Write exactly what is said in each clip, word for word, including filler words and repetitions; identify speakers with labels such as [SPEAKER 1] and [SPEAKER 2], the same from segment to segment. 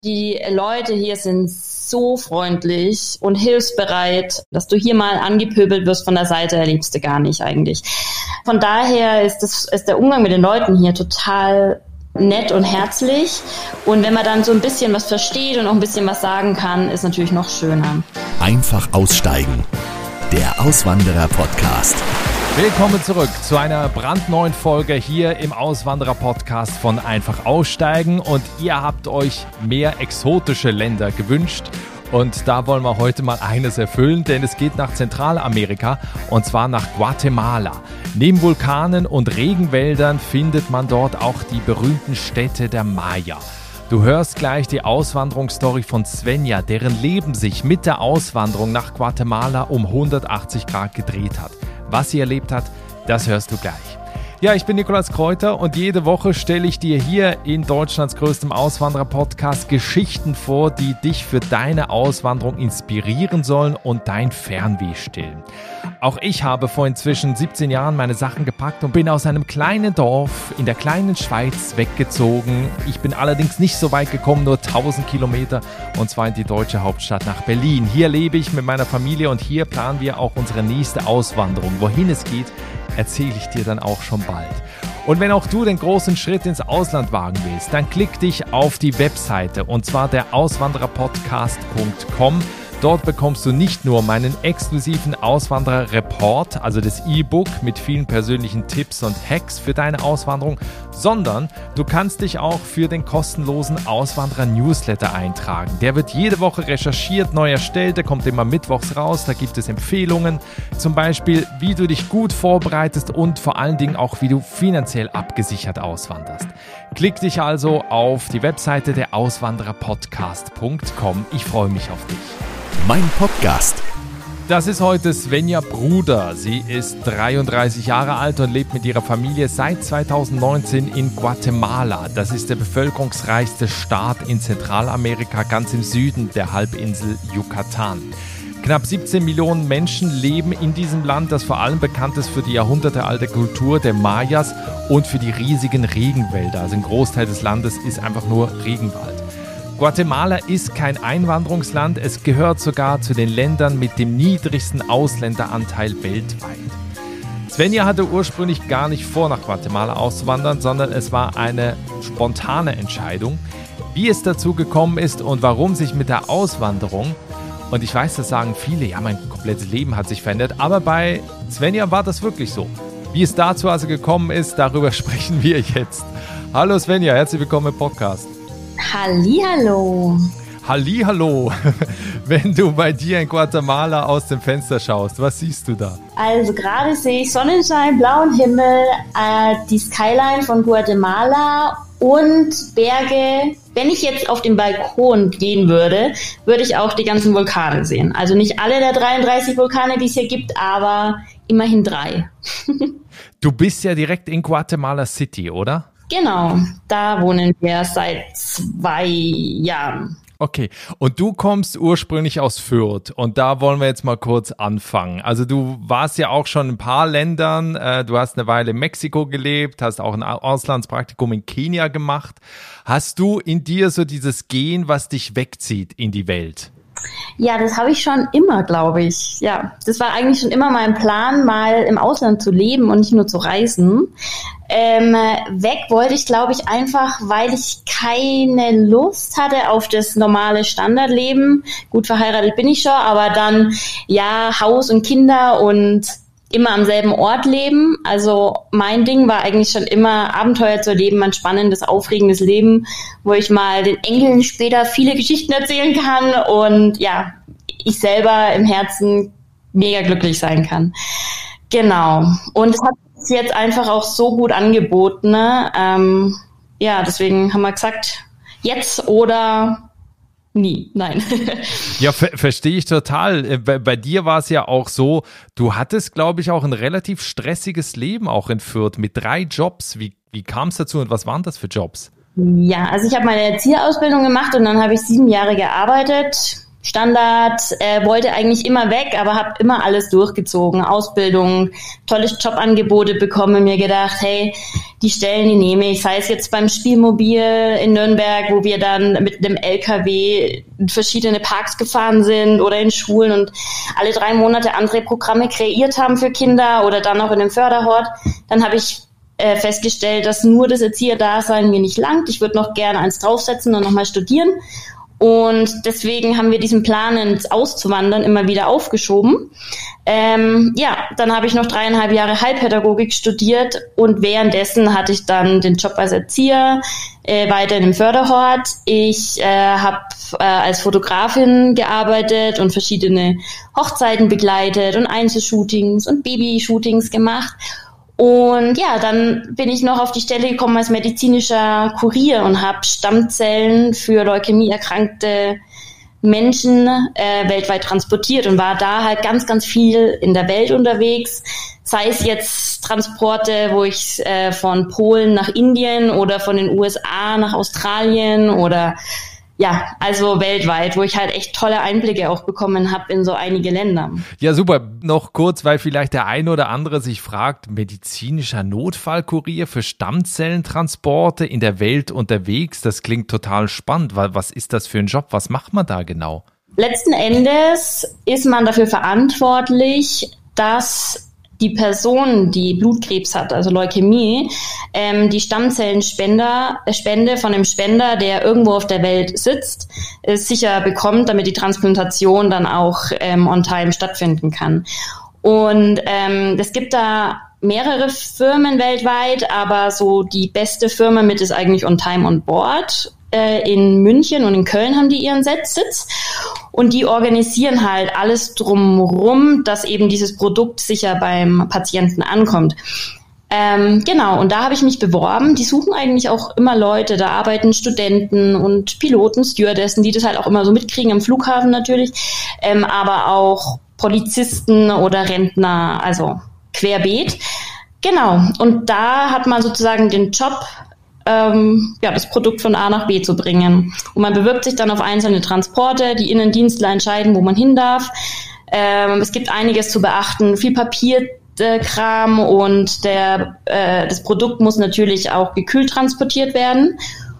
[SPEAKER 1] Die Leute hier sind so freundlich und hilfsbereit, dass du hier mal angepöbelt wirst von der Seite, erlebst du gar nicht eigentlich. Von daher ist, das, ist der Umgang mit den Leuten hier total nett und herzlich. Und wenn man dann so ein bisschen was versteht und auch ein bisschen was sagen kann, ist natürlich noch schöner.
[SPEAKER 2] Einfach aussteigen. Der Auswanderer-Podcast.
[SPEAKER 3] Willkommen zurück zu einer brandneuen Folge hier im Auswanderer-Podcast von Einfach aussteigen. Und ihr habt euch mehr exotische Länder gewünscht. Und da wollen wir heute mal eines erfüllen, denn es geht nach Zentralamerika und zwar nach Guatemala. Neben Vulkanen und Regenwäldern findet man dort auch die berühmten Städte der Maya. Du hörst gleich die Auswanderungsstory von Svenja, deren Leben sich mit der Auswanderung nach Guatemala um hundertachtzig Grad gedreht hat. Was sie erlebt hat, das hörst du gleich. Ja, ich bin Nikolaus Kräuter und jede Woche stelle ich dir hier in Deutschlands größtem Auswanderer-Podcast Geschichten vor, die dich für deine Auswanderung inspirieren sollen und dein Fernweh stillen. Auch ich habe vor inzwischen siebzehn Jahren meine Sachen gepackt und bin aus einem kleinen Dorf in der kleinen Schweiz weggezogen. Ich bin allerdings nicht so weit gekommen, nur tausend Kilometer, und zwar in die deutsche Hauptstadt nach Berlin. Hier lebe ich mit meiner Familie und hier planen wir auch unsere nächste Auswanderung. Wohin es geht, erzähle ich dir dann auch schon bald. Und wenn auch du den großen Schritt ins Ausland wagen willst, dann klick dich auf die Webseite, und zwar der auswandererpodcast punkt com. Dort bekommst du nicht nur meinen exklusiven Auswanderer-Report, also das E-Book mit vielen persönlichen Tipps und Hacks für deine Auswanderung, sondern du kannst dich auch für den kostenlosen Auswanderer-Newsletter eintragen. Der wird jede Woche recherchiert, neu erstellt, der kommt immer mittwochs raus, da gibt es Empfehlungen, zum Beispiel, wie du dich gut vorbereitest und vor allen Dingen auch, wie du finanziell abgesichert auswanderst. Klick dich also auf die Webseite der auswandererpodcast punkt com. Ich freue mich auf dich.
[SPEAKER 2] Mein Podcast.
[SPEAKER 3] Das ist heute Svenja Bruder. Sie ist dreiunddreißig Jahre alt und lebt mit ihrer Familie seit zweitausendneunzehn in Guatemala. Das ist der bevölkerungsreichste Staat in Zentralamerika, ganz im Süden der Halbinsel Yucatan. Knapp siebzehn Millionen Menschen leben in diesem Land, das vor allem bekannt ist für die jahrhundertealte Kultur der Mayas und für die riesigen Regenwälder. Also ein Großteil des Landes ist einfach nur Regenwald. Guatemala ist kein Einwanderungsland, es gehört sogar zu den Ländern mit dem niedrigsten Ausländeranteil weltweit. Svenja hatte ursprünglich gar nicht vor, nach Guatemala auszuwandern, sondern es war eine spontane Entscheidung. Wie es dazu gekommen ist und warum sich mit der Auswanderung, und ich weiß, das sagen viele, ja, mein komplettes Leben hat sich verändert, aber bei Svenja war das wirklich so. Wie es dazu also gekommen ist, darüber sprechen wir jetzt. Hallo Svenja, herzlich willkommen im Podcast.
[SPEAKER 1] Hallihallo.
[SPEAKER 3] Hallihallo. Wenn du bei dir in Guatemala aus dem Fenster schaust, was siehst du da?
[SPEAKER 1] Also gerade sehe ich Sonnenschein, blauen Himmel, äh, die Skyline von Guatemala und Berge. Wenn ich jetzt auf den Balkon gehen würde, würde ich auch die ganzen Vulkane sehen. Also nicht alle der dreiunddreißig Vulkane, die es hier gibt, aber immerhin drei.
[SPEAKER 3] Du bist ja direkt in Guatemala City, oder?
[SPEAKER 1] Genau, da wohnen wir seit zwei Jahren.
[SPEAKER 3] Okay, und du kommst ursprünglich aus Fürth und da wollen wir jetzt mal kurz anfangen. Also du warst ja auch schon in ein paar Ländern, äh, du hast eine Weile in Mexiko gelebt, hast auch ein Auslandspraktikum in Kenia gemacht. Hast du in dir so dieses Gen, was dich wegzieht in die Welt?
[SPEAKER 1] Ja, das habe ich schon immer, glaube ich. Ja, das war eigentlich schon immer mein Plan, mal im Ausland zu leben und nicht nur zu reisen. Ähm, weg wollte ich, glaube ich, einfach, weil ich keine Lust hatte auf das normale Standardleben. Gut, verheiratet bin ich schon, aber dann, ja, Haus und Kinder und immer am selben Ort leben. Also mein Ding war eigentlich schon immer, Abenteuer zu erleben, ein spannendes, aufregendes Leben, wo ich mal den Enkeln später viele Geschichten erzählen kann und ja, ich selber im Herzen mega glücklich sein kann. Genau. Und es hat sich jetzt einfach auch so gut angeboten. Ne? Ähm, ja, deswegen haben wir gesagt, jetzt oder nie, nein.
[SPEAKER 3] Ja, ver- verstehe ich total. Bei, bei dir war es ja auch so, du hattest, glaube ich, auch ein relativ stressiges Leben auch in Fürth mit drei Jobs. Wie, wie kam es dazu und was waren das für Jobs?
[SPEAKER 1] Ja, also ich habe meine Erzieherausbildung gemacht und dann habe ich sieben Jahre gearbeitet. Standard, äh, wollte eigentlich immer weg, aber habe immer alles durchgezogen. Ausbildung, tolles Jobangebote bekommen, mir gedacht, hey, die Stellen, die nehme ich. Sei es jetzt beim Spielmobil in Nürnberg, wo wir dann mit einem L K W in verschiedene Parks gefahren sind oder in Schulen und alle drei Monate andere Programme kreiert haben für Kinder oder dann auch in einem Förderhort. Dann habe ich äh, festgestellt, dass nur das Erzieherdasein mir nicht langt. Ich würde noch gerne eins draufsetzen und nochmal studieren. Und deswegen haben wir diesen Plan, ins Auszuwandern, immer wieder aufgeschoben. Ähm, ja, dann habe ich noch dreieinhalb Jahre Heilpädagogik studiert und währenddessen hatte ich dann den Job als Erzieher, äh, weiter in einem Förderhort. Ich äh, habe äh, als Fotografin gearbeitet und verschiedene Hochzeiten begleitet und Einzelshootings und Babyshootings gemacht. Und ja, dann bin ich noch auf die Stelle gekommen als medizinischer Kurier und habe Stammzellen für leukämieerkrankte Menschen äh, weltweit transportiert und war da halt ganz, ganz viel in der Welt unterwegs. Sei es jetzt Transporte, wo ich äh, von Polen nach Indien oder von den U S A nach Australien oder ja, also weltweit, wo ich halt echt tolle Einblicke auch bekommen habe in so einige Länder.
[SPEAKER 3] Ja, super. Noch kurz, weil vielleicht der eine oder andere sich fragt, medizinischer Notfallkurier für Stammzellentransporte in der Welt unterwegs, das klingt total spannend. Was ist das für ein Job? Was macht man da genau?
[SPEAKER 1] Letzten Endes ist man dafür verantwortlich, dass die Person, die Blutkrebs hat, also Leukämie, ähm, die Stammzellenspender, äh, Spende von einem Spender, der irgendwo auf der Welt sitzt, äh, sicher bekommt, damit die Transplantation dann auch ähm, on time stattfinden kann. Und ähm, es gibt da mehrere Firmen weltweit, aber so die beste Firma mit ist eigentlich On Time On Board. In München und in Köln haben die ihren Sitz und die organisieren halt alles drumherum, dass eben dieses Produkt sicher beim Patienten ankommt. Ähm, genau, und da habe ich mich beworben. Die suchen eigentlich auch immer Leute, da arbeiten Studenten und Piloten, Stewardessen, die das halt auch immer so mitkriegen am Flughafen natürlich, ähm, aber auch Polizisten oder Rentner, also querbeet. Genau, und da hat man sozusagen den Job, Ähm, ja, das Produkt von A nach B zu bringen. Und man bewirbt sich dann auf einzelne Transporte, die Innendienstler entscheiden, wo man hin darf. Ähm, es gibt einiges zu beachten, viel Papierkram und der, äh, das Produkt muss natürlich auch gekühlt transportiert werden.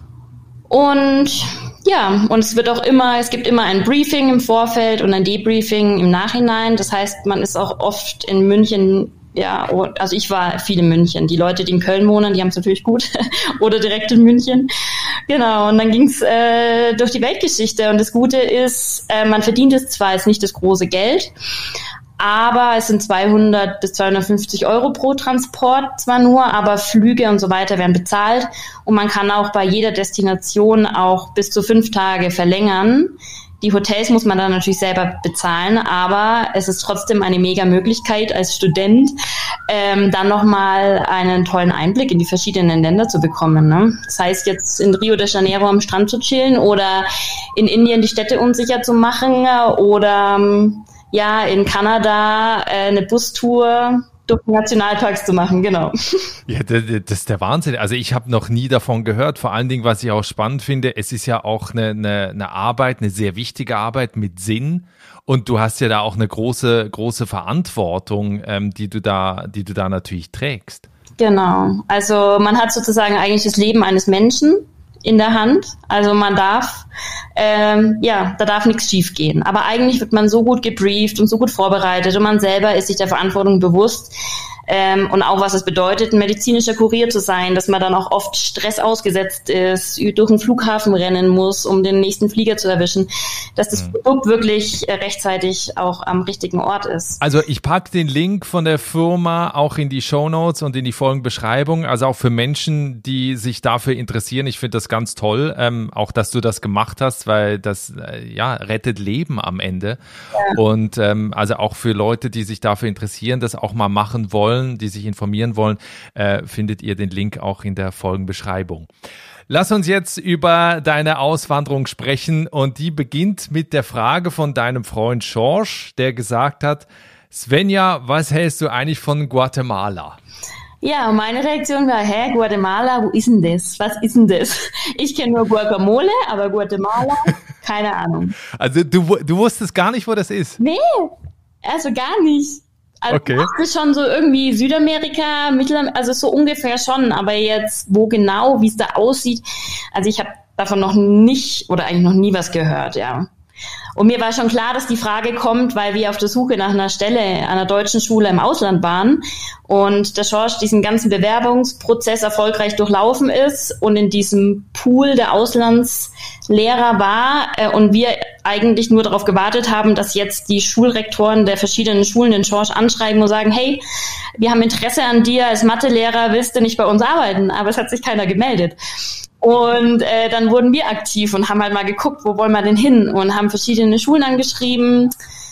[SPEAKER 1] Und ja, und es wird auch immer, es gibt immer ein Briefing im Vorfeld und ein Debriefing im Nachhinein. Das heißt, man ist auch oft in München. Ja, also ich war viel in München. Die Leute, die in Köln wohnen, die haben es natürlich gut. Oder direkt in München. Genau, und dann ging's äh, durch die Weltgeschichte. Und das Gute ist, äh, man verdient es zwar jetzt nicht das große Geld, aber es sind zweihundert bis zweihundertfünfzig Euro pro Transport zwar nur, aber Flüge und so weiter werden bezahlt. Und man kann auch bei jeder Destination auch bis zu fünf Tage verlängern. Die Hotels muss man dann natürlich selber bezahlen, aber es ist trotzdem eine mega Möglichkeit als Student, ähm, dann nochmal einen tollen Einblick in die verschiedenen Länder zu bekommen. Ne? Das heißt jetzt in Rio de Janeiro am Strand zu chillen oder in Indien die Städte unsicher zu machen oder ja in Kanada äh, eine Bustour durch Nationalparks zu machen, genau.
[SPEAKER 3] Ja, das ist der Wahnsinn. Also ich habe noch nie davon gehört. Vor allen Dingen, was ich auch spannend finde, es ist ja auch eine, eine, eine Arbeit, eine sehr wichtige Arbeit mit Sinn. Und du hast ja da auch eine große, große Verantwortung, ähm, die du da, die du da natürlich trägst.
[SPEAKER 1] Genau. Also man hat sozusagen eigentlich das Leben eines Menschen in der Hand. Also man darf, ähm, ja, da darf nichts schief gehen. Aber eigentlich wird man so gut gebrieft und so gut vorbereitet und man selber ist sich der Verantwortung bewusst. Ähm, und auch was es bedeutet, ein medizinischer Kurier zu sein, dass man dann auch oft Stress ausgesetzt ist, durch den Flughafen rennen muss, um den nächsten Flieger zu erwischen, dass das mhm. Produkt wirklich rechtzeitig auch am richtigen Ort ist.
[SPEAKER 3] Also ich packe den Link von der Firma auch in die Shownotes und in die Folgenbeschreibung, also auch für Menschen, die sich dafür interessieren. Ich finde das ganz toll, ähm, auch dass du das gemacht hast, weil das äh, ja rettet Leben am Ende. Ja. Und ähm, also auch für Leute, die sich dafür interessieren, das auch mal machen wollen, die sich informieren wollen, äh, findet ihr den Link auch in der Folgenbeschreibung. Lass uns jetzt über deine Auswanderung sprechen und die beginnt mit der Frage von deinem Freund George, der gesagt hat, Svenja, was hältst du eigentlich von Guatemala?
[SPEAKER 1] Ja, meine Reaktion war, hä, Guatemala, wo ist denn das? Was ist denn das? Ich kenne nur Guacamole, aber Guatemala, Keine Ahnung.
[SPEAKER 3] Also du, du wusstest gar nicht, wo das ist?
[SPEAKER 1] Nee, also gar nicht. Also
[SPEAKER 3] okay.
[SPEAKER 1] Das ist schon so irgendwie Südamerika, Mittelamerika, also so ungefähr schon, aber jetzt wo genau, wie es da aussieht, also ich habe davon noch nicht oder eigentlich noch nie was gehört, ja. Und mir war schon klar, dass die Frage kommt, weil wir auf der Suche nach einer Stelle an einer deutschen Schule im Ausland waren und der Schorsch diesen ganzen Bewerbungsprozess erfolgreich durchlaufen ist und in diesem Pool der Auslandslehrer war äh, und wir eigentlich nur darauf gewartet haben, dass jetzt die Schulrektoren der verschiedenen Schulen den Schorsch anschreiben und sagen, hey, wir haben Interesse an dir als Mathelehrer, willst du nicht bei uns arbeiten? Aber es hat sich keiner gemeldet. Und äh, dann wurden wir aktiv und haben halt mal geguckt, wo wollen wir denn hin? Und haben verschiedene Schulen angeschrieben.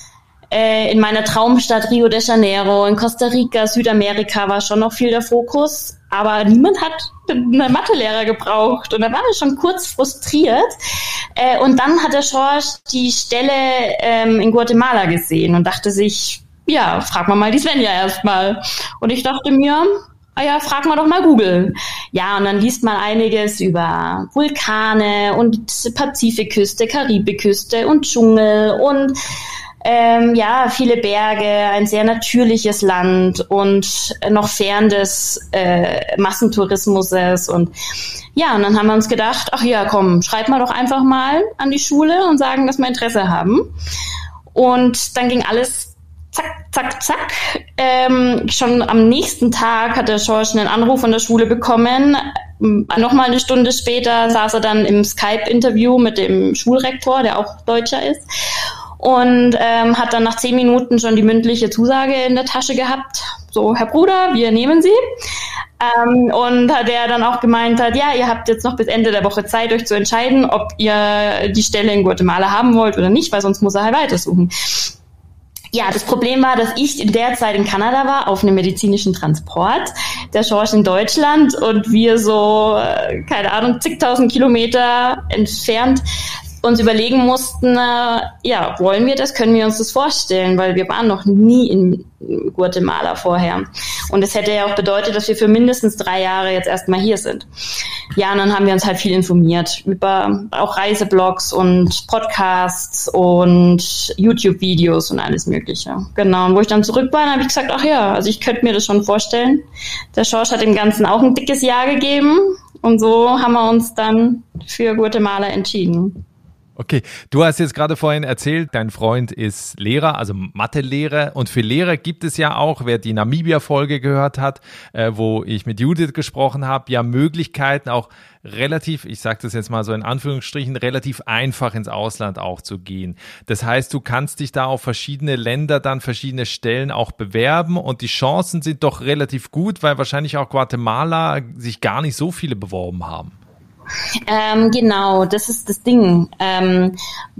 [SPEAKER 1] Äh, in meiner Traumstadt Rio de Janeiro, in Costa Rica, Südamerika war schon noch viel der Fokus. Aber niemand hat einen Mathelehrer gebraucht. Und da waren wir schon kurz frustriert. Äh, und dann hat der Schorsch die Stelle ähm, in Guatemala gesehen und dachte sich, ja, frag mal mal die Svenja erstmal. Und ich dachte mir, ah ja, frag mal doch mal Google. Ja, und dann liest man einiges über Vulkane und Pazifikküste, Karibikküste und Dschungel und ähm, ja, viele Berge, ein sehr natürliches Land und noch fern des äh, Massentourismus. Und ja, und dann haben wir uns gedacht, ach ja, komm, schreib mal doch einfach mal an die Schule und sagen, dass wir Interesse haben. Und dann ging alles zack, zack, zack. Ähm, schon am nächsten Tag hat der Schorsch einen Anruf von der Schule bekommen. Nochmal eine Stunde später saß er dann im Skype-Interview mit dem Schulrektor, der auch Deutscher ist. Und ähm, hat dann nach zehn Minuten schon die mündliche Zusage in der Tasche gehabt. So, Herr Bruder, wir nehmen Sie. Ähm, und hat er dann auch gemeint hat, ja, ihr habt jetzt noch bis Ende der Woche Zeit, euch zu entscheiden, ob ihr die Stelle in Guatemala haben wollt oder nicht, weil sonst muss er halt weitersuchen. Ja, das Problem war, dass ich in der Zeit in Kanada war, auf einem medizinischen Transport, der Schorsch in Deutschland und wir so, keine Ahnung, zigtausend Kilometer entfernt uns überlegen mussten, äh, ja, wollen wir das, können wir uns das vorstellen, weil wir waren noch nie in Guatemala vorher. Und das hätte ja auch bedeutet, dass wir für mindestens drei Jahre jetzt erstmal hier sind. Ja, und dann haben wir uns halt viel informiert über auch Reiseblogs und Podcasts und YouTube-Videos und alles Mögliche. Genau, und wo ich dann zurück war, habe ich gesagt, ach ja, also ich könnte mir das schon vorstellen. Der Schorsch hat dem Ganzen auch ein dickes Ja gegeben und so haben wir uns dann für Guatemala entschieden.
[SPEAKER 3] Okay, du hast jetzt gerade vorhin erzählt, dein Freund ist Lehrer, also Mathelehrer. Und für Lehrer gibt es ja auch, wer die Namibia-Folge gehört hat, äh, wo ich mit Judith gesprochen habe, ja Möglichkeiten auch relativ, ich sage das jetzt mal so in Anführungsstrichen, relativ einfach ins Ausland auch zu gehen. Das heißt, du kannst dich da auf verschiedene Länder, dann verschiedene Stellen auch bewerben und die Chancen sind doch relativ gut, weil wahrscheinlich auch Guatemala sich gar nicht so viele beworben haben.
[SPEAKER 1] Ähm, genau, das ist das Ding, ähm,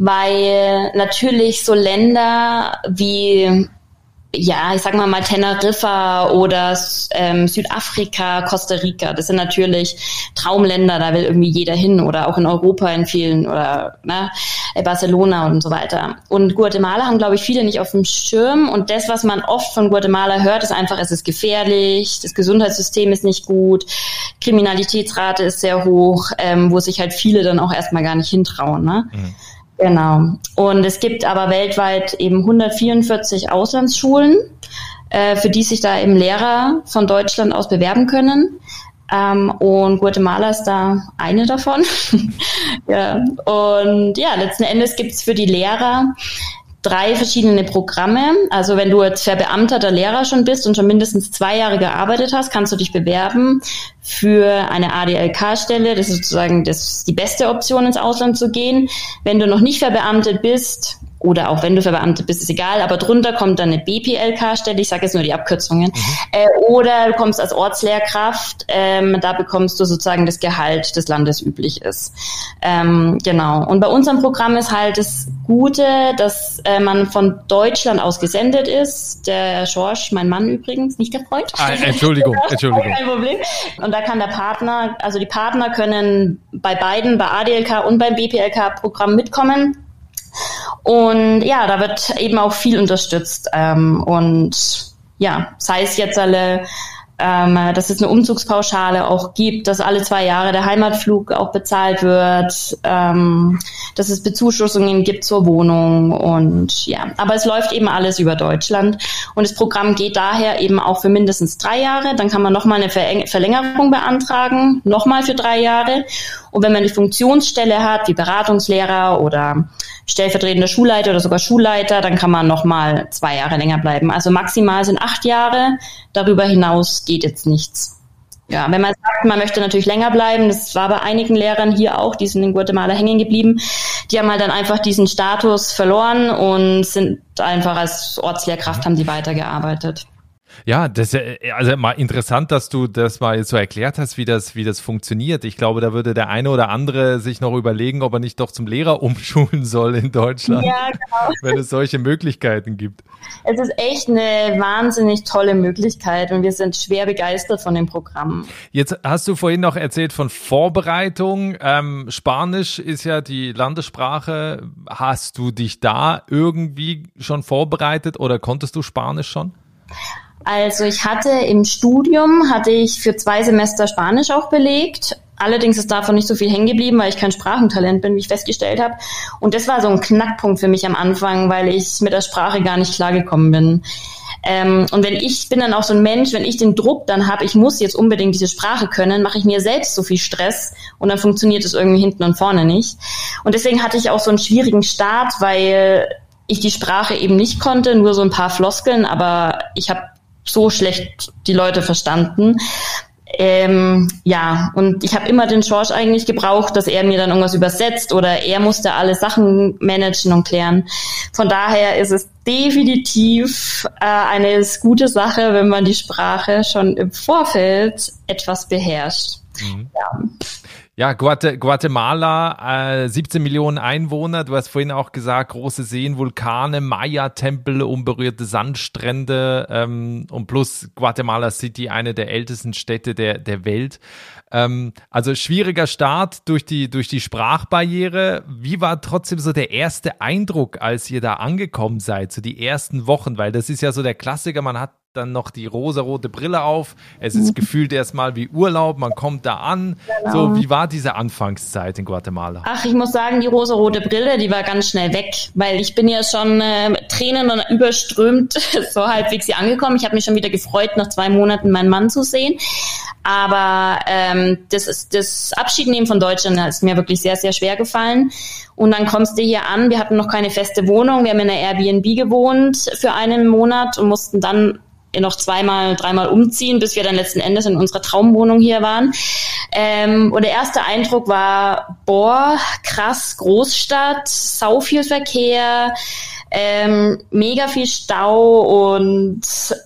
[SPEAKER 1] weil natürlich so Länder wie, ja, ich sag mal mal Teneriffa oder ähm, Südafrika, Costa Rica, das sind natürlich Traumländer, da will irgendwie jeder hin oder auch in Europa in vielen oder ne, Barcelona und so weiter. Und Guatemala haben, glaube ich, viele nicht auf dem Schirm und das, was man oft von Guatemala hört, ist einfach, es ist gefährlich, das Gesundheitssystem ist nicht gut, Kriminalitätsrate ist sehr hoch, ähm, wo sich halt viele dann auch erstmal gar nicht hintrauen, ne? Mhm. Genau. Und es gibt aber weltweit eben hundertvierundvierzig Auslandsschulen, äh, für die sich da eben Lehrer von Deutschland aus bewerben können. Ähm, und Guatemala ist da eine davon. Ja. Und ja, letzten Endes gibt's für die Lehrer drei verschiedene Programme. Also wenn du jetzt verbeamteter Lehrer schon bist und schon mindestens zwei Jahre gearbeitet hast, kannst du dich bewerben für eine A D L K-Stelle. Das ist sozusagen das, die beste Option, ins Ausland zu gehen. Wenn du noch nicht verbeamtet bist, oder auch wenn du verbeamtet bist, ist egal, aber drunter kommt dann eine B P L K-Stelle, ich sage jetzt nur die Abkürzungen, mhm. äh, oder du kommst als Ortslehrkraft, ähm, da bekommst du sozusagen das Gehalt des Landes üblich ist. Ähm, genau. Und bei unserem Programm ist halt das Gute, dass äh, man von Deutschland aus gesendet ist. Der Schorsch, mein Mann übrigens, nicht der Freund.
[SPEAKER 3] Ah, Entschuldigung, Entschuldigung.
[SPEAKER 1] Kein Problem. Und da kann der Partner, also die Partner können bei beiden, bei A D L K und beim B P L K-Programm mitkommen. Und ja, da wird eben auch viel unterstützt. Ähm, und ja, sei es jetzt alle ähm, dass es eine Umzugspauschale auch gibt, dass alle zwei Jahre der Heimatflug auch bezahlt wird, ähm, dass es Bezuschussungen gibt zur Wohnung und ja, aber es läuft eben alles über Deutschland und das Programm geht daher eben auch für mindestens drei Jahre, dann kann man nochmal eine Ver- Verlängerung beantragen, nochmal für drei Jahre und wenn man eine Funktionsstelle hat, wie Beratungslehrer oder stellvertretender Schulleiter oder sogar Schulleiter, dann kann man nochmal zwei Jahre länger bleiben. Also maximal sind acht Jahre, darüber hinaus geht jetzt nichts. Ja, wenn man sagt, man möchte natürlich länger bleiben, das war bei einigen Lehrern hier auch, die sind in Guatemala hängen geblieben, die haben halt dann einfach diesen Status verloren und sind einfach als Ortslehrkraft, haben die weitergearbeitet.
[SPEAKER 3] Ja, das ist also mal interessant, dass du das mal so erklärt hast, wie das, wie das funktioniert. Ich glaube, da würde der eine oder andere sich noch überlegen, ob er nicht doch zum Lehrer umschulen soll in Deutschland, ja, genau. Wenn es solche Möglichkeiten gibt.
[SPEAKER 1] Es ist echt eine wahnsinnig tolle Möglichkeit und wir sind schwer begeistert von dem Programm.
[SPEAKER 3] Jetzt hast du vorhin noch erzählt von Vorbereitung. Ähm, Spanisch ist ja die Landessprache. Hast du dich da irgendwie schon vorbereitet oder konntest du Spanisch schon?
[SPEAKER 1] Also ich hatte im Studium, hatte ich für zwei Semester Spanisch auch belegt. Allerdings ist davon nicht so viel hängen geblieben, weil ich kein Sprachentalent bin, wie ich festgestellt habe. Und das war so ein Knackpunkt für mich am Anfang, weil ich mit der Sprache gar nicht klargekommen bin. Ähm, und wenn ich bin dann auch so ein Mensch, wenn ich den Druck dann habe, ich muss jetzt unbedingt diese Sprache können, mache ich mir selbst so viel Stress und dann funktioniert es irgendwie hinten und vorne nicht. Und deswegen hatte ich auch so einen schwierigen Start, weil ich die Sprache eben nicht konnte, nur so ein paar Floskeln, aber ich habe so schlecht die Leute verstanden. Ähm, ja, und ich habe immer den George eigentlich gebraucht, dass er mir dann irgendwas übersetzt oder er musste alle Sachen managen und klären. Von daher ist es definitiv äh, eine gute Sache, wenn man die Sprache schon im Vorfeld etwas beherrscht. Mhm. Ja.
[SPEAKER 3] Ja, Guate- Guatemala, äh, siebzehn Millionen Einwohner, du hast vorhin auch gesagt, große Seen, Vulkane, Maya-Tempel, unberührte Sandstrände ähm, und plus Guatemala City, eine der ältesten Städte der, der Welt. Ähm, also schwieriger Start durch die, durch die Sprachbarriere. Wie war trotzdem so der erste Eindruck, als ihr da angekommen seid, so die ersten Wochen? Weil das ist ja so der Klassiker, man hat dann noch die rosarote Brille auf. Es ist gefühlt erstmal wie Urlaub, man kommt da an. Genau. So, wie war diese Anfangszeit in Guatemala?
[SPEAKER 1] Ach, ich muss sagen, die rosarote Brille, die war ganz schnell weg, weil ich bin ja schon äh, mit Tränen und überströmt so halbwegs hier angekommen. Ich habe mich schon wieder gefreut, nach zwei Monaten meinen Mann zu sehen. Aber ähm, das ist das Abschiednehmen von Deutschland, das ist mir wirklich sehr, sehr schwer gefallen. Und dann kommst du hier an, wir hatten noch keine feste Wohnung, wir haben in einer Airbnb gewohnt für einen Monat und mussten dann noch zweimal, dreimal umziehen, bis wir dann letzten Endes in unserer Traumwohnung hier waren. Ähm, und der erste Eindruck war, boah, krass, Großstadt, sau viel Verkehr, ähm, mega viel Stau und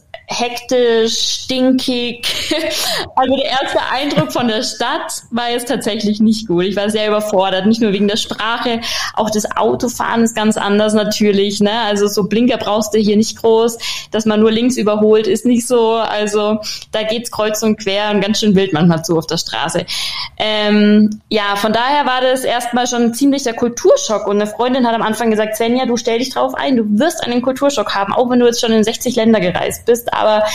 [SPEAKER 1] hektisch, stinkig. Also der erste Eindruck von der Stadt war jetzt tatsächlich nicht gut. Ich war sehr überfordert, nicht nur wegen der Sprache, auch das Autofahren ist ganz anders natürlich, ne? Also so Blinker brauchst du hier nicht groß, dass man nur links überholt, ist nicht so. Also da geht's kreuz und quer und ganz schön wild manchmal zu auf der Straße. Ähm, ja, von daher war das erstmal schon ein ziemlicher Kulturschock und eine Freundin hat am Anfang gesagt, Svenja, du stell dich drauf ein, du wirst einen Kulturschock haben, auch wenn du jetzt schon in sechzig Länder gereist bist. Aber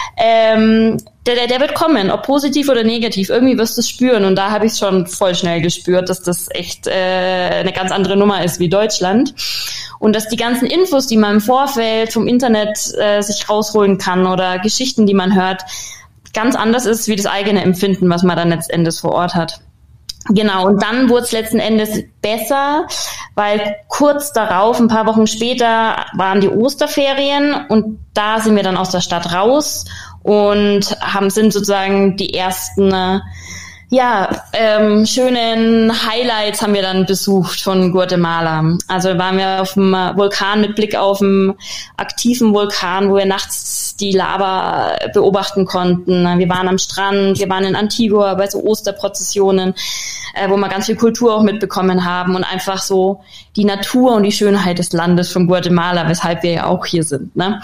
[SPEAKER 1] ähm, der, der, der wird kommen, ob positiv oder negativ. Irgendwie wirst du es spüren. Und da habe ich es schon voll schnell gespürt, dass das echt äh, eine ganz andere Nummer ist wie Deutschland. Und dass die ganzen Infos, die man im Vorfeld vom Internet äh, sich rausholen kann oder Geschichten, die man hört, ganz anders ist wie das eigene Empfinden, was man dann letztendlich vor Ort hat. Genau, und dann wurde es letzten Endes besser, weil kurz darauf, ein paar Wochen später, waren die Osterferien und da sind wir dann aus der Stadt raus und haben sind sozusagen die ersten ja ähm, schönen Highlights haben wir dann besucht von Guatemala. Also waren wir auf dem Vulkan mit Blick auf einen aktiven Vulkan, wo wir nachts die Lava beobachten konnten. Wir waren am Strand, wir waren in Antigua bei so Osterprozessionen, äh, wo wir ganz viel Kultur auch mitbekommen haben und einfach so die Natur und die Schönheit des Landes von Guatemala, weshalb wir ja auch hier sind, ne?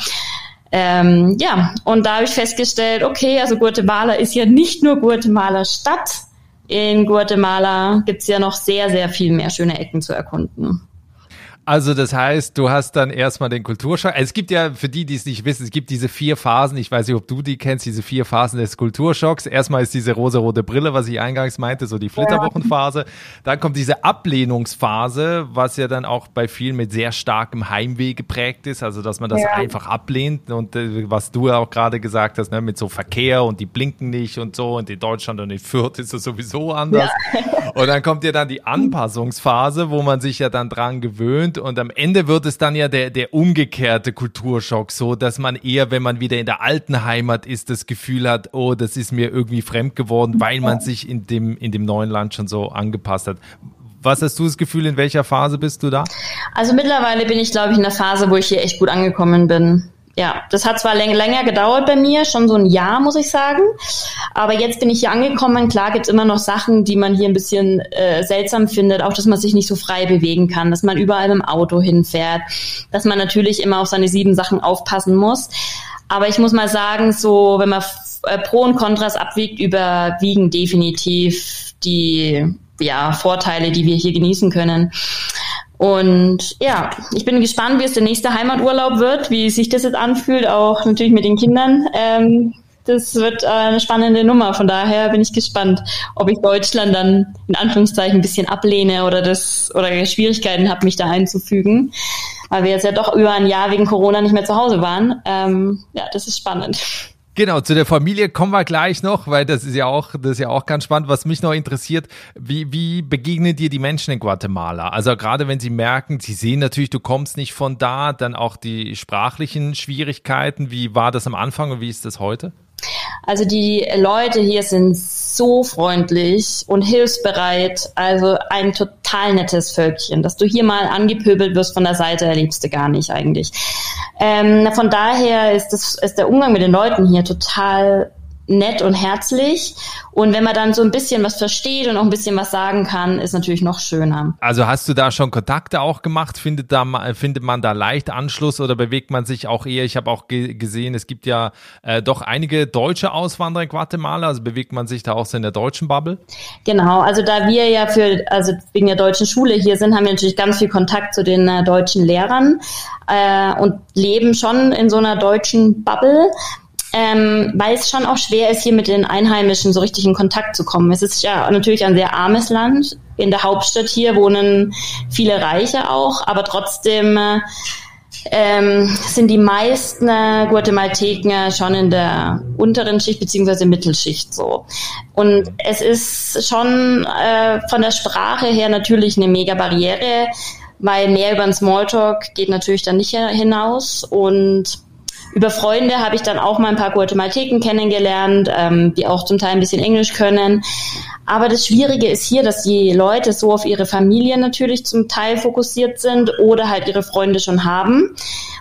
[SPEAKER 1] Ähm, ja, und da habe ich festgestellt, okay, also Guatemala ist ja nicht nur Guatemala Stadt. In Guatemala gibt's ja noch sehr, sehr viel mehr schöne Ecken zu erkunden.
[SPEAKER 3] Also das heißt, du hast dann erstmal den Kulturschock. Es gibt ja, für die, die es nicht wissen, es gibt diese vier Phasen, ich weiß nicht, ob du die kennst, diese vier Phasen des Kulturschocks. Erstmal ist diese rosarote Brille, was ich eingangs meinte, so die Flitterwochenphase. Dann kommt diese Ablehnungsphase, was ja dann auch bei vielen mit sehr starkem Heimweh geprägt ist, also dass man das ja. einfach ablehnt und äh, was du ja auch gerade gesagt hast, ne, mit so Verkehr und die blinken nicht und so und in Deutschland und in Fürth ist es sowieso anders. Ja. Und dann kommt ja dann die Anpassungsphase, wo man sich ja dann dran gewöhnt. Und am Ende wird es dann ja der, der umgekehrte Kulturschock, so dass man eher, wenn man wieder in der alten Heimat ist, das Gefühl hat, oh, das ist mir irgendwie fremd geworden, weil man sich in dem, in dem neuen Land schon so angepasst hat. Was hast du das Gefühl, in welcher Phase bist du da?
[SPEAKER 1] Also mittlerweile bin ich, glaube ich, in der Phase, wo ich hier echt gut angekommen bin. Ja, das hat zwar läng- länger gedauert bei mir, schon so ein Jahr, muss ich sagen. Aber jetzt bin ich hier angekommen. Klar gibt's immer noch Sachen, die man hier ein bisschen äh, seltsam findet. Auch, dass man sich nicht so frei bewegen kann, dass man überall mit dem Auto hinfährt, dass man natürlich immer auf seine sieben Sachen aufpassen muss. Aber ich muss mal sagen, so wenn man äh, Pro und Kontras abwiegt, überwiegen definitiv die ja, Vorteile, die wir hier genießen können. Und ja, ich bin gespannt, wie es der nächste Heimaturlaub wird, wie sich das jetzt anfühlt, auch natürlich mit den Kindern. Ähm, das wird eine spannende Nummer, von daher bin ich gespannt, ob ich Deutschland dann in Anführungszeichen ein bisschen ablehne oder das oder Schwierigkeiten habe, mich da einzufügen, weil wir jetzt ja doch über ein Jahr wegen Corona nicht mehr zu Hause waren. Ähm, ja, das ist spannend.
[SPEAKER 3] Genau, zu der Familie kommen wir gleich noch, weil das ist ja auch, das ist ja auch ganz spannend. Was mich noch interessiert, wie, wie begegnen dir die Menschen in Guatemala? Also gerade wenn sie merken, sie sehen natürlich, du kommst nicht von da, dann auch die sprachlichen Schwierigkeiten. Wie war das am Anfang und wie ist das heute?
[SPEAKER 1] Also die Leute hier sind so freundlich und hilfsbereit, also ein total nettes Völkchen. Dass du hier mal angepöbelt wirst von der Seite, erlebst du gar nicht eigentlich. Ähm, von daher ist, das, ist der Umgang mit den Leuten hier total nett und herzlich. Und wenn man dann so ein bisschen was versteht und auch ein bisschen was sagen kann, ist natürlich noch schöner.
[SPEAKER 3] Also hast du da schon Kontakte auch gemacht? Findet, da, findet man da leicht Anschluss oder bewegt man sich auch eher? Ich habe auch ge- gesehen, es gibt ja äh, doch einige deutsche Auswanderer in Guatemala. Also bewegt man sich da auch so in der deutschen Bubble?
[SPEAKER 1] Genau, also da wir ja für, also wegen der deutschen Schule hier sind, haben wir natürlich ganz viel Kontakt zu den äh, deutschen Lehrern äh, und leben schon in so einer deutschen Bubble. Ähm, weil es schon auch schwer ist, hier mit den Einheimischen so richtig in Kontakt zu kommen. Es ist ja natürlich ein sehr armes Land. In der Hauptstadt hier wohnen viele Reiche auch, aber trotzdem äh, ähm, sind die meisten äh, Guatemalteker schon in der unteren Schicht beziehungsweise Mittelschicht so. Und es ist schon äh, von der Sprache her natürlich eine mega Barriere, weil mehr über den Smalltalk geht natürlich dann nicht hinaus. Und über Freunde habe ich dann auch mal ein paar Guatemalteken kennengelernt, ähm, die auch zum Teil ein bisschen Englisch können. Aber das Schwierige ist hier, dass die Leute so auf ihre Familie natürlich zum Teil fokussiert sind oder halt ihre Freunde schon haben.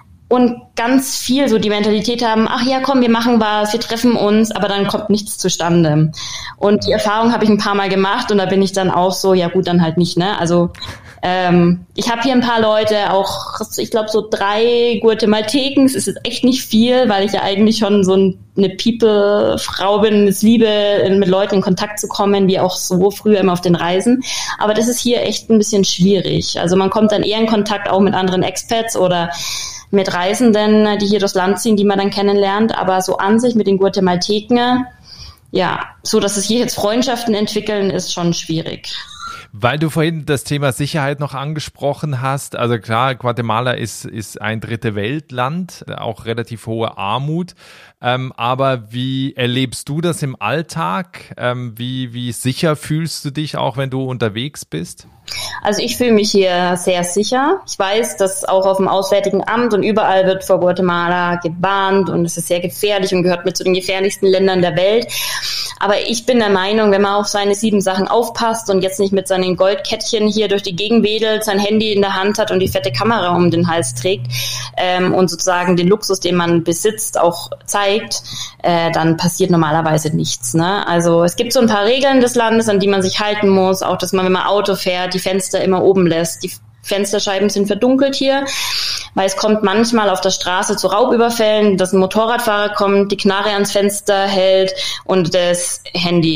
[SPEAKER 1] Und ganz viel so die Mentalität haben, ach ja, komm, wir machen was, wir treffen uns, aber dann kommt nichts zustande. Und die Erfahrung habe ich ein paar Mal gemacht und da bin ich dann auch so, ja gut, dann halt nicht, ne? Also ähm, ich habe hier ein paar Leute, auch ich glaube so drei Guatemalteken, es ist jetzt echt nicht viel, weil ich ja eigentlich schon so eine People-Frau bin, es liebe, mit Leuten in Kontakt zu kommen, wie auch so früher immer auf den Reisen. Aber das ist hier echt ein bisschen schwierig. Also man kommt dann eher in Kontakt auch mit anderen Expats oder mit Reisenden, die hier durchs Land ziehen, die man dann kennenlernt. Aber so an sich mit den Guatemalteken, ja, so dass es hier jetzt Freundschaften entwickeln, ist schon schwierig.
[SPEAKER 3] Weil du vorhin das Thema Sicherheit noch angesprochen hast, also klar, Guatemala ist, ist ein dritte Weltland, auch relativ hohe Armut, ähm, aber wie erlebst du das im Alltag? Ähm, wie, wie sicher fühlst du dich auch, wenn du unterwegs bist?
[SPEAKER 1] Also ich fühle mich hier sehr sicher. Ich weiß, dass auch auf dem Auswärtigen Amt und überall wird vor Guatemala gewarnt und es ist sehr gefährlich und gehört mit zu den gefährlichsten Ländern der Welt. Aber ich bin der Meinung, wenn man auf seine sieben Sachen aufpasst und jetzt nicht mit seinen Goldkettchen hier durch die Gegend wedelt, sein Handy in der Hand hat und die fette Kamera um den Hals trägt ähm, und sozusagen den Luxus, den man besitzt, auch zeigt, äh, dann passiert normalerweise nichts. Ne? Also es gibt so ein paar Regeln des Landes, an die man sich halten muss, auch dass man, wenn man Auto fährt, die Fenster immer oben lässt. Die Fensterscheiben sind verdunkelt hier, weil es kommt manchmal auf der Straße zu Raubüberfällen, dass ein Motorradfahrer kommt, die Knarre ans Fenster hält und das Handy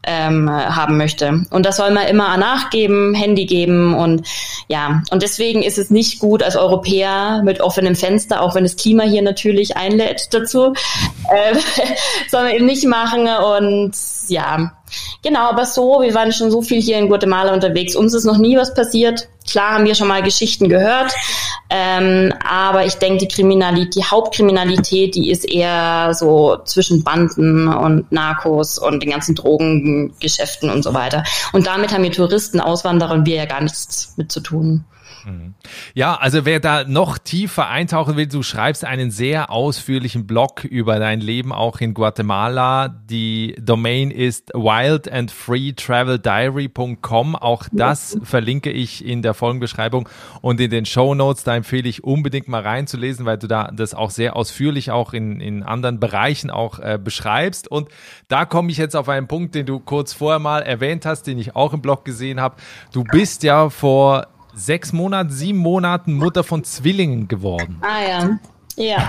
[SPEAKER 1] ähm, haben möchte. Und das soll man immer nachgeben, Handy geben und ja, und deswegen ist es nicht gut als Europäer mit offenem Fenster, auch wenn das Klima hier natürlich einlädt dazu, äh, soll man eben nicht machen und ja, genau, aber so, wir waren schon so viel hier in Guatemala unterwegs, uns ist noch nie was passiert. Klar haben wir schon mal Geschichten gehört, ähm, aber ich denke, die Kriminalität, die Hauptkriminalität, die ist eher so zwischen Banden und Narcos und den ganzen Drogengeschäften und so weiter. Und damit haben wir Touristen, Auswanderer und wir ja gar nichts mit zu tun.
[SPEAKER 3] Ja, also wer da noch tiefer eintauchen will, du schreibst einen sehr ausführlichen Blog über dein Leben auch in Guatemala. Die Domain ist wild and free travel diary punkt com. Auch das verlinke ich in der Folgenbeschreibung und in den Shownotes. Da empfehle ich unbedingt mal reinzulesen, weil du da das auch sehr ausführlich auch in, in anderen Bereichen auch äh, beschreibst. Und da komme ich jetzt auf einen Punkt, den du kurz vorher mal erwähnt hast, den ich auch im Blog gesehen habe. Du bist ja vor sechs Monaten, sieben Monaten Mutter von Zwillingen geworden.
[SPEAKER 1] Ah ja, ja.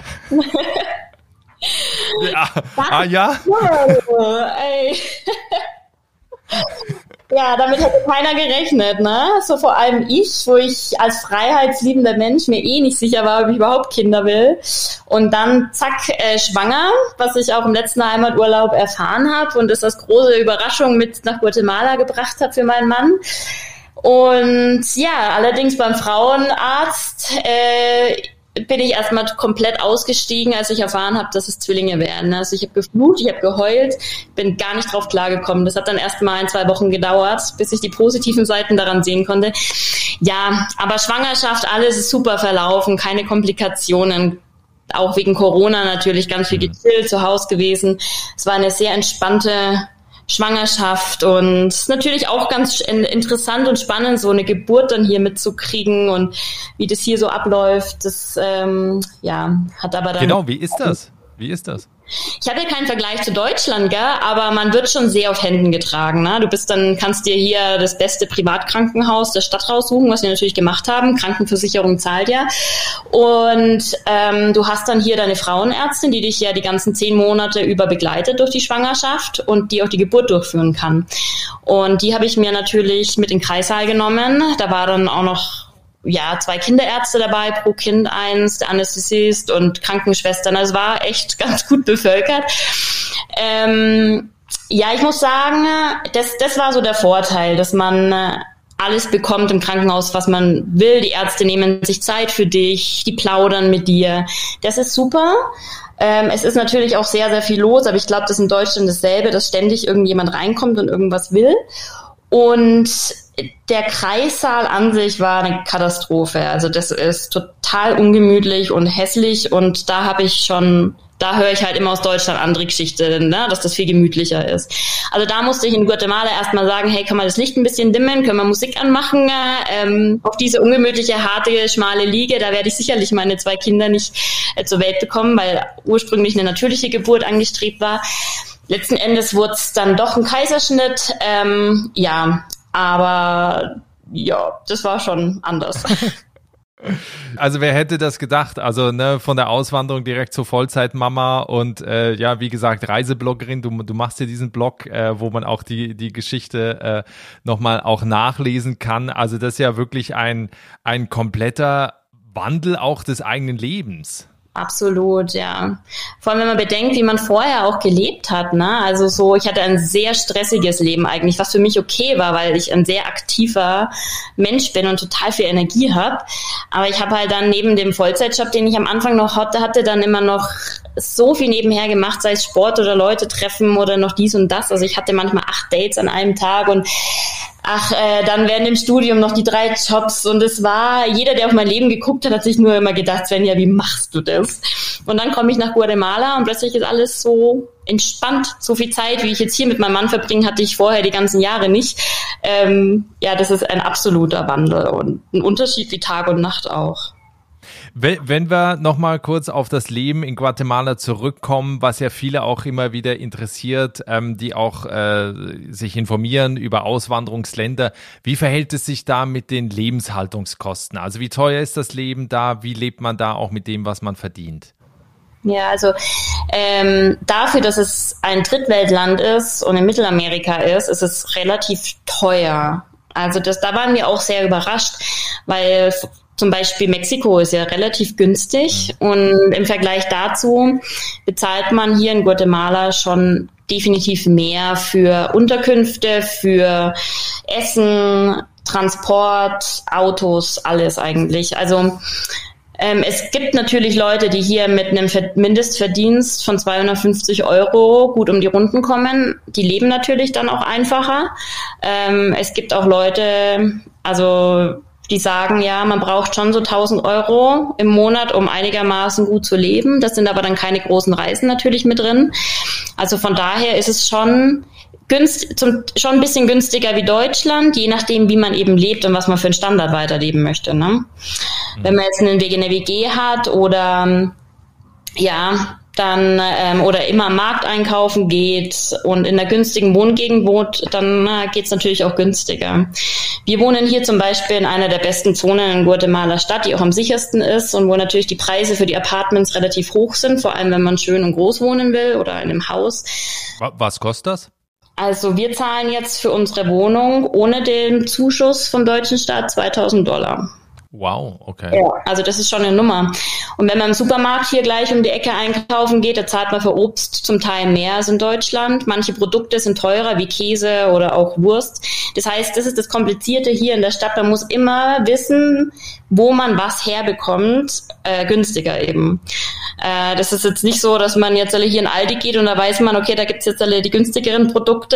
[SPEAKER 3] ja. Ah ja?
[SPEAKER 1] Ey. Ja, damit hätte keiner gerechnet, ne? So vor allem ich, wo ich als freiheitsliebender Mensch mir eh nicht sicher war, ob ich überhaupt Kinder will. Und dann zack, äh, schwanger, was ich auch im letzten Heimaturlaub erfahren habe und das als große Überraschung mit nach Guatemala gebracht habe für meinen Mann. Und ja, allerdings beim Frauenarzt äh, bin ich erstmal komplett ausgestiegen, als ich erfahren habe, dass es Zwillinge werden. Also ich habe geflucht, ich habe geheult, bin gar nicht drauf klargekommen. Das hat dann erst mal ein, zwei Wochen gedauert, bis ich die positiven Seiten daran sehen konnte. Ja, aber Schwangerschaft, alles ist super verlaufen, keine Komplikationen. Auch wegen Corona natürlich ganz viel gechillt, zu Hause gewesen. Es war eine sehr entspannte Schwangerschaft und natürlich auch ganz interessant und spannend, so eine Geburt dann hier mitzukriegen und wie das hier so abläuft. Das ähm, ja hat aber dann.
[SPEAKER 3] Genau, wie ist das? Wie ist das?
[SPEAKER 1] Ich habe ja keinen Vergleich zu Deutschland, gell? Aber man wird schon sehr auf Händen getragen. Ne? Du bist dann, kannst dir hier das beste Privatkrankenhaus der Stadt raussuchen, was wir natürlich gemacht haben. Krankenversicherung zahlt ja. Und ähm, du hast dann hier deine Frauenärztin, die dich ja die ganzen zehn Monate über begleitet durch die Schwangerschaft und die auch die Geburt durchführen kann. Und die habe ich mir natürlich mit in den Kreissaal genommen. Da war dann auch noch ja, zwei Kinderärzte dabei, pro Kind eins, der Anästhesist und Krankenschwestern. Also es war echt ganz gut bevölkert. Ähm, ja, ich muss sagen, das, das war so der Vorteil, dass man alles bekommt im Krankenhaus, was man will. Die Ärzte nehmen sich Zeit für dich, die plaudern mit dir. Das ist super. Ähm, es ist natürlich auch sehr, sehr viel los, aber ich glaube, das ist in Deutschland dasselbe, dass ständig irgendjemand reinkommt und irgendwas will. Und der Kreissaal an sich war eine Katastrophe. Also das ist total ungemütlich und hässlich und da habe ich schon, da höre ich halt immer aus Deutschland andere Geschichte, ne, dass das viel gemütlicher ist. Also da musste ich in Guatemala erstmal sagen, hey, kann man das Licht ein bisschen dimmen, können wir Musik anmachen? Ähm, auf diese ungemütliche, harte, schmale Liege, da werde ich sicherlich meine zwei Kinder nicht äh, zur Welt bekommen, weil ursprünglich eine natürliche Geburt angestrebt war. Letzten Endes wurde es dann doch ein Kaiserschnitt, ähm, ja, aber ja, das war schon anders.
[SPEAKER 3] Also wer hätte das gedacht? Also ne, von der Auswanderung direkt zur Vollzeitmama und äh, ja, wie gesagt, Reisebloggerin. Du, du machst ja diesen Blog, äh, wo man auch die die Geschichte äh, nochmal auch nachlesen kann. Also das ist ja wirklich ein ein kompletter Wandel auch des eigenen Lebens.
[SPEAKER 1] Absolut, ja. Vor allem, wenn man bedenkt, wie man vorher auch gelebt hat, ne? Also so, ich hatte ein sehr stressiges Leben eigentlich, was für mich okay war, weil ich ein sehr aktiver Mensch bin und total viel Energie habe. Aber ich habe halt dann neben dem Vollzeitjob, den ich am Anfang noch hatte, hatte dann immer noch so viel nebenher gemacht, sei es Sport oder Leute treffen oder noch dies und das. Also ich hatte manchmal acht Dates an einem Tag und ach, äh, dann während dem Studium noch die drei Jobs und es war, jeder, der auf mein Leben geguckt hat, hat sich nur immer gedacht, Svenja, wie machst du das? Und dann komme ich nach Guatemala und plötzlich ist alles so entspannt. So viel Zeit, wie ich jetzt hier mit meinem Mann verbringe, hatte ich vorher die ganzen Jahre nicht. Ähm, ja, das ist ein absoluter Wandel und ein Unterschied wie Tag und Nacht auch.
[SPEAKER 3] Wenn wir nochmal kurz auf das Leben in Guatemala zurückkommen, was ja viele auch immer wieder interessiert, ähm, die auch äh, sich informieren über Auswanderungsländer. Wie verhält es sich da mit den Lebenshaltungskosten? Also wie teuer ist das Leben da? Wie lebt man da auch mit dem, was man verdient?
[SPEAKER 1] Ja, also ähm, dafür, dass es ein Drittweltland ist und in Mittelamerika ist, ist es relativ teuer. Also das, da waren wir auch sehr überrascht, weil f- zum Beispiel Mexiko ist ja relativ günstig und im Vergleich dazu bezahlt man hier in Guatemala schon definitiv mehr für Unterkünfte, für Essen, Transport, Autos, alles eigentlich. Also Ähm, es gibt natürlich Leute, die hier mit einem Mindestverdienst von zweihundertfünfzig Euro gut um die Runden kommen. Die leben natürlich dann auch einfacher. Ähm, es gibt auch Leute, also die sagen, ja, man braucht schon so tausend Euro im Monat, um einigermaßen gut zu leben. Das sind aber dann keine großen Reisen natürlich mit drin. Also von daher ist es schon günst, zum, schon ein bisschen günstiger wie Deutschland, je nachdem, wie man eben lebt und was man für einen Standard weiterleben möchte. Ne? Mhm. Wenn man jetzt einen Weg in der W G hat oder ja, dann ähm, oder immer am Markt einkaufen geht und in einer günstigen Wohngegend wohnt, dann äh, geht's natürlich auch günstiger. Wir wohnen hier zum Beispiel in einer der besten Zonen in Guatemala Stadt, die auch am sichersten ist und wo natürlich die Preise für die Apartments relativ hoch sind, vor allem wenn man schön und groß wohnen will oder in einem Haus.
[SPEAKER 3] Was kostet das?
[SPEAKER 1] Also wir zahlen jetzt für unsere Wohnung ohne den Zuschuss vom deutschen Staat zweitausend Dollar.
[SPEAKER 3] Wow, okay.
[SPEAKER 1] Ja, also das ist schon eine Nummer. Und wenn man im Supermarkt hier gleich um die Ecke einkaufen geht, da zahlt man für Obst zum Teil mehr als in Deutschland. Manche Produkte sind teurer, wie Käse oder auch Wurst. Das heißt, das ist das Komplizierte hier in der Stadt. Man muss immer wissen, wo man was herbekommt, äh, günstiger eben. Äh, das ist jetzt nicht so, dass man jetzt alle hier in Aldi geht und da weiß man, okay, da gibt's jetzt alle die günstigeren Produkte.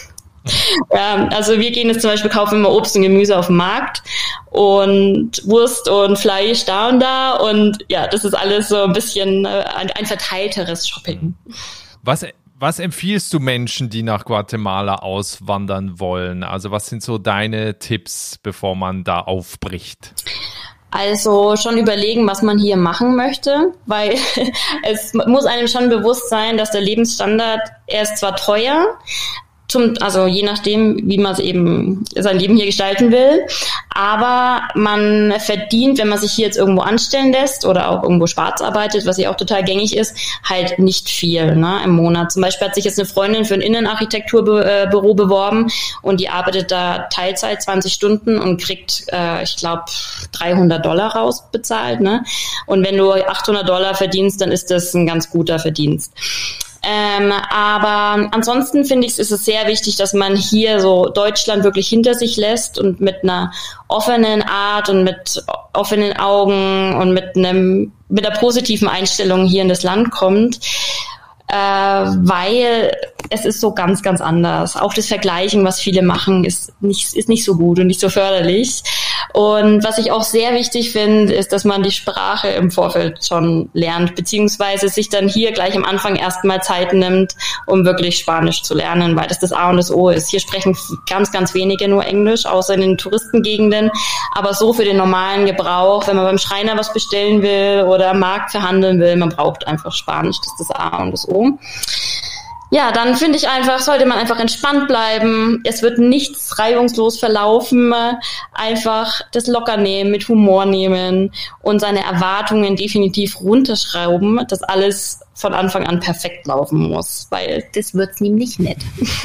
[SPEAKER 1] Ja, also wir gehen jetzt zum Beispiel, kaufen immer Obst und Gemüse auf dem Markt und Wurst und Fleisch da und da und ja, das ist alles so ein bisschen ein, ein verteilteres Shopping.
[SPEAKER 3] Was, was empfiehlst du Menschen, die nach Guatemala auswandern wollen? Also was sind so deine Tipps, bevor man da aufbricht?
[SPEAKER 1] Also schon überlegen, was man hier machen möchte, weil es muss einem schon bewusst sein, dass der Lebensstandard, er ist zwar teuer, Zum, also je nachdem, wie man es eben sein Leben hier gestalten will. Aber man verdient, wenn man sich hier jetzt irgendwo anstellen lässt oder auch irgendwo schwarz arbeitet, was hier auch total gängig ist, halt nicht viel, ne, im Monat. Zum Beispiel hat sich jetzt eine Freundin für ein Innenarchitekturbüro beworben und die arbeitet da Teilzeit zwanzig Stunden und kriegt, äh, ich glaube, dreihundert Dollar rausbezahlt. Ne? Und wenn du achthundert Dollar verdienst, dann ist das ein ganz guter Verdienst. Ähm, aber ansonsten finde ich, ist es sehr wichtig, dass man hier so Deutschland wirklich hinter sich lässt und mit einer offenen Art und mit offenen Augen und mit einem mit einer positiven Einstellung hier in das Land kommt, äh, weil es ist so ganz, ganz anders. Auch das Vergleichen, was viele machen, ist nicht, ist nicht so gut und nicht so förderlich. Und was ich auch sehr wichtig finde, ist, dass man die Sprache im Vorfeld schon lernt, beziehungsweise sich dann hier gleich am Anfang erstmal Zeit nimmt, um wirklich Spanisch zu lernen, weil das das A und das O ist. Hier sprechen ganz, ganz wenige nur Englisch, außer in den Touristengegenden. Aber so für den normalen Gebrauch, wenn man beim Schreiner was bestellen will oder am Markt verhandeln will, man braucht einfach Spanisch, das ist das A und das O. Ja, dann finde ich einfach, sollte man einfach entspannt bleiben. Es wird nichts reibungslos verlaufen. Einfach das locker nehmen, mit Humor nehmen und seine Erwartungen definitiv runterschrauben, dass alles von Anfang an perfekt laufen muss, weil das wird's nämlich nicht.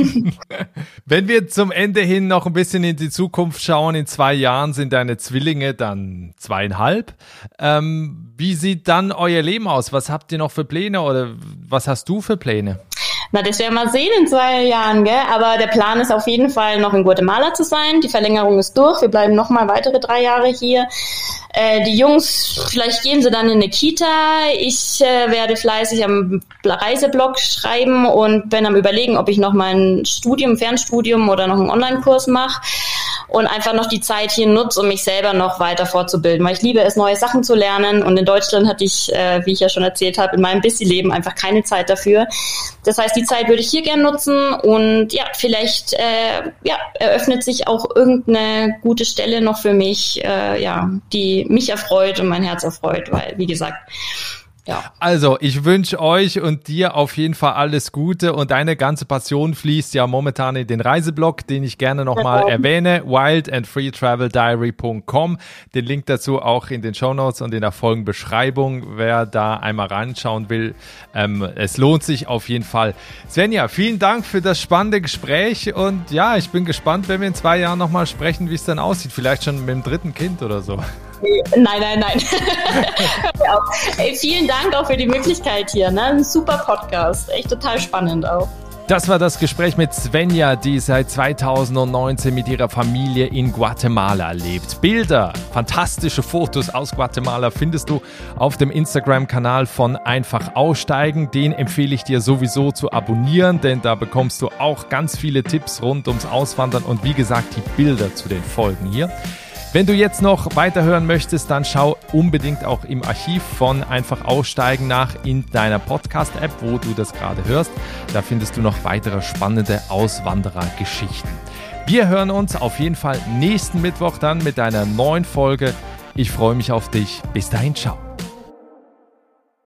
[SPEAKER 3] Wenn wir zum Ende hin noch ein bisschen in die Zukunft schauen, in zwei Jahren sind deine Zwillinge dann zweieinhalb. Ähm, wie sieht dann euer Leben aus? Was habt ihr noch für Pläne oder was hast du für Pläne?
[SPEAKER 1] Na, das werden wir sehen in zwei Jahren, gell? Aber der Plan ist auf jeden Fall noch in Guatemala zu sein. Die Verlängerung ist durch. Wir bleiben noch mal weitere drei Jahre hier. Äh, die Jungs, vielleicht gehen sie dann in eine Kita. Ich äh, werde fleißig am Reiseblog schreiben und bin am Überlegen, ob ich noch mal ein Studium, Fernstudium oder noch einen Online-Kurs mache. Und einfach noch die Zeit hier nutze, um mich selber noch weiter fortzubilden. Weil ich liebe es, neue Sachen zu lernen. Und in Deutschland hatte ich, äh, wie ich ja schon erzählt habe, in meinem Busy-Leben einfach keine Zeit dafür. Das heißt, die Zeit würde ich hier gern nutzen. Und ja, vielleicht äh, ja, eröffnet sich auch irgendeine gute Stelle noch für mich, äh, ja, die mich erfreut und mein Herz erfreut. Weil, wie gesagt, Ja.
[SPEAKER 3] Also, ich wünsche euch und dir auf jeden Fall alles Gute und deine ganze Passion fließt ja momentan in den Reiseblog, den ich gerne nochmal
[SPEAKER 1] Genau.
[SPEAKER 3] erwähne, wild and free travel diary punkt com. Den Link dazu auch in den Shownotes und in der Folgenbeschreibung, wer da einmal reinschauen will. Ähm, es lohnt sich auf jeden Fall. Svenja, vielen Dank für das spannende Gespräch und ja, ich bin gespannt, wenn wir in zwei Jahren nochmal sprechen, wie es dann aussieht. Vielleicht schon mit dem dritten Kind oder so.
[SPEAKER 1] Nein, nein, nein. Ja. Ey, vielen Dank auch für die Möglichkeit hier. Ne? Ein super Podcast. Echt total spannend auch.
[SPEAKER 3] Das war das Gespräch mit Svenja, die seit zweitausendneunzehn mit ihrer Familie in Guatemala lebt. Bilder, fantastische Fotos aus Guatemala findest du auf dem Instagram-Kanal von Einfach Aussteigen. Den empfehle ich dir sowieso zu abonnieren, denn da bekommst du auch ganz viele Tipps rund ums Auswandern und wie gesagt die Bilder zu den Folgen hier. Wenn du jetzt noch weiterhören möchtest, dann schau unbedingt auch im Archiv von Einfach Aussteigen nach in deiner Podcast-App, wo du das gerade hörst. Da findest du noch weitere spannende Auswanderer-Geschichten. Wir hören uns auf jeden Fall nächsten Mittwoch dann mit einer neuen Folge. Ich freue mich auf dich. Bis dahin, ciao.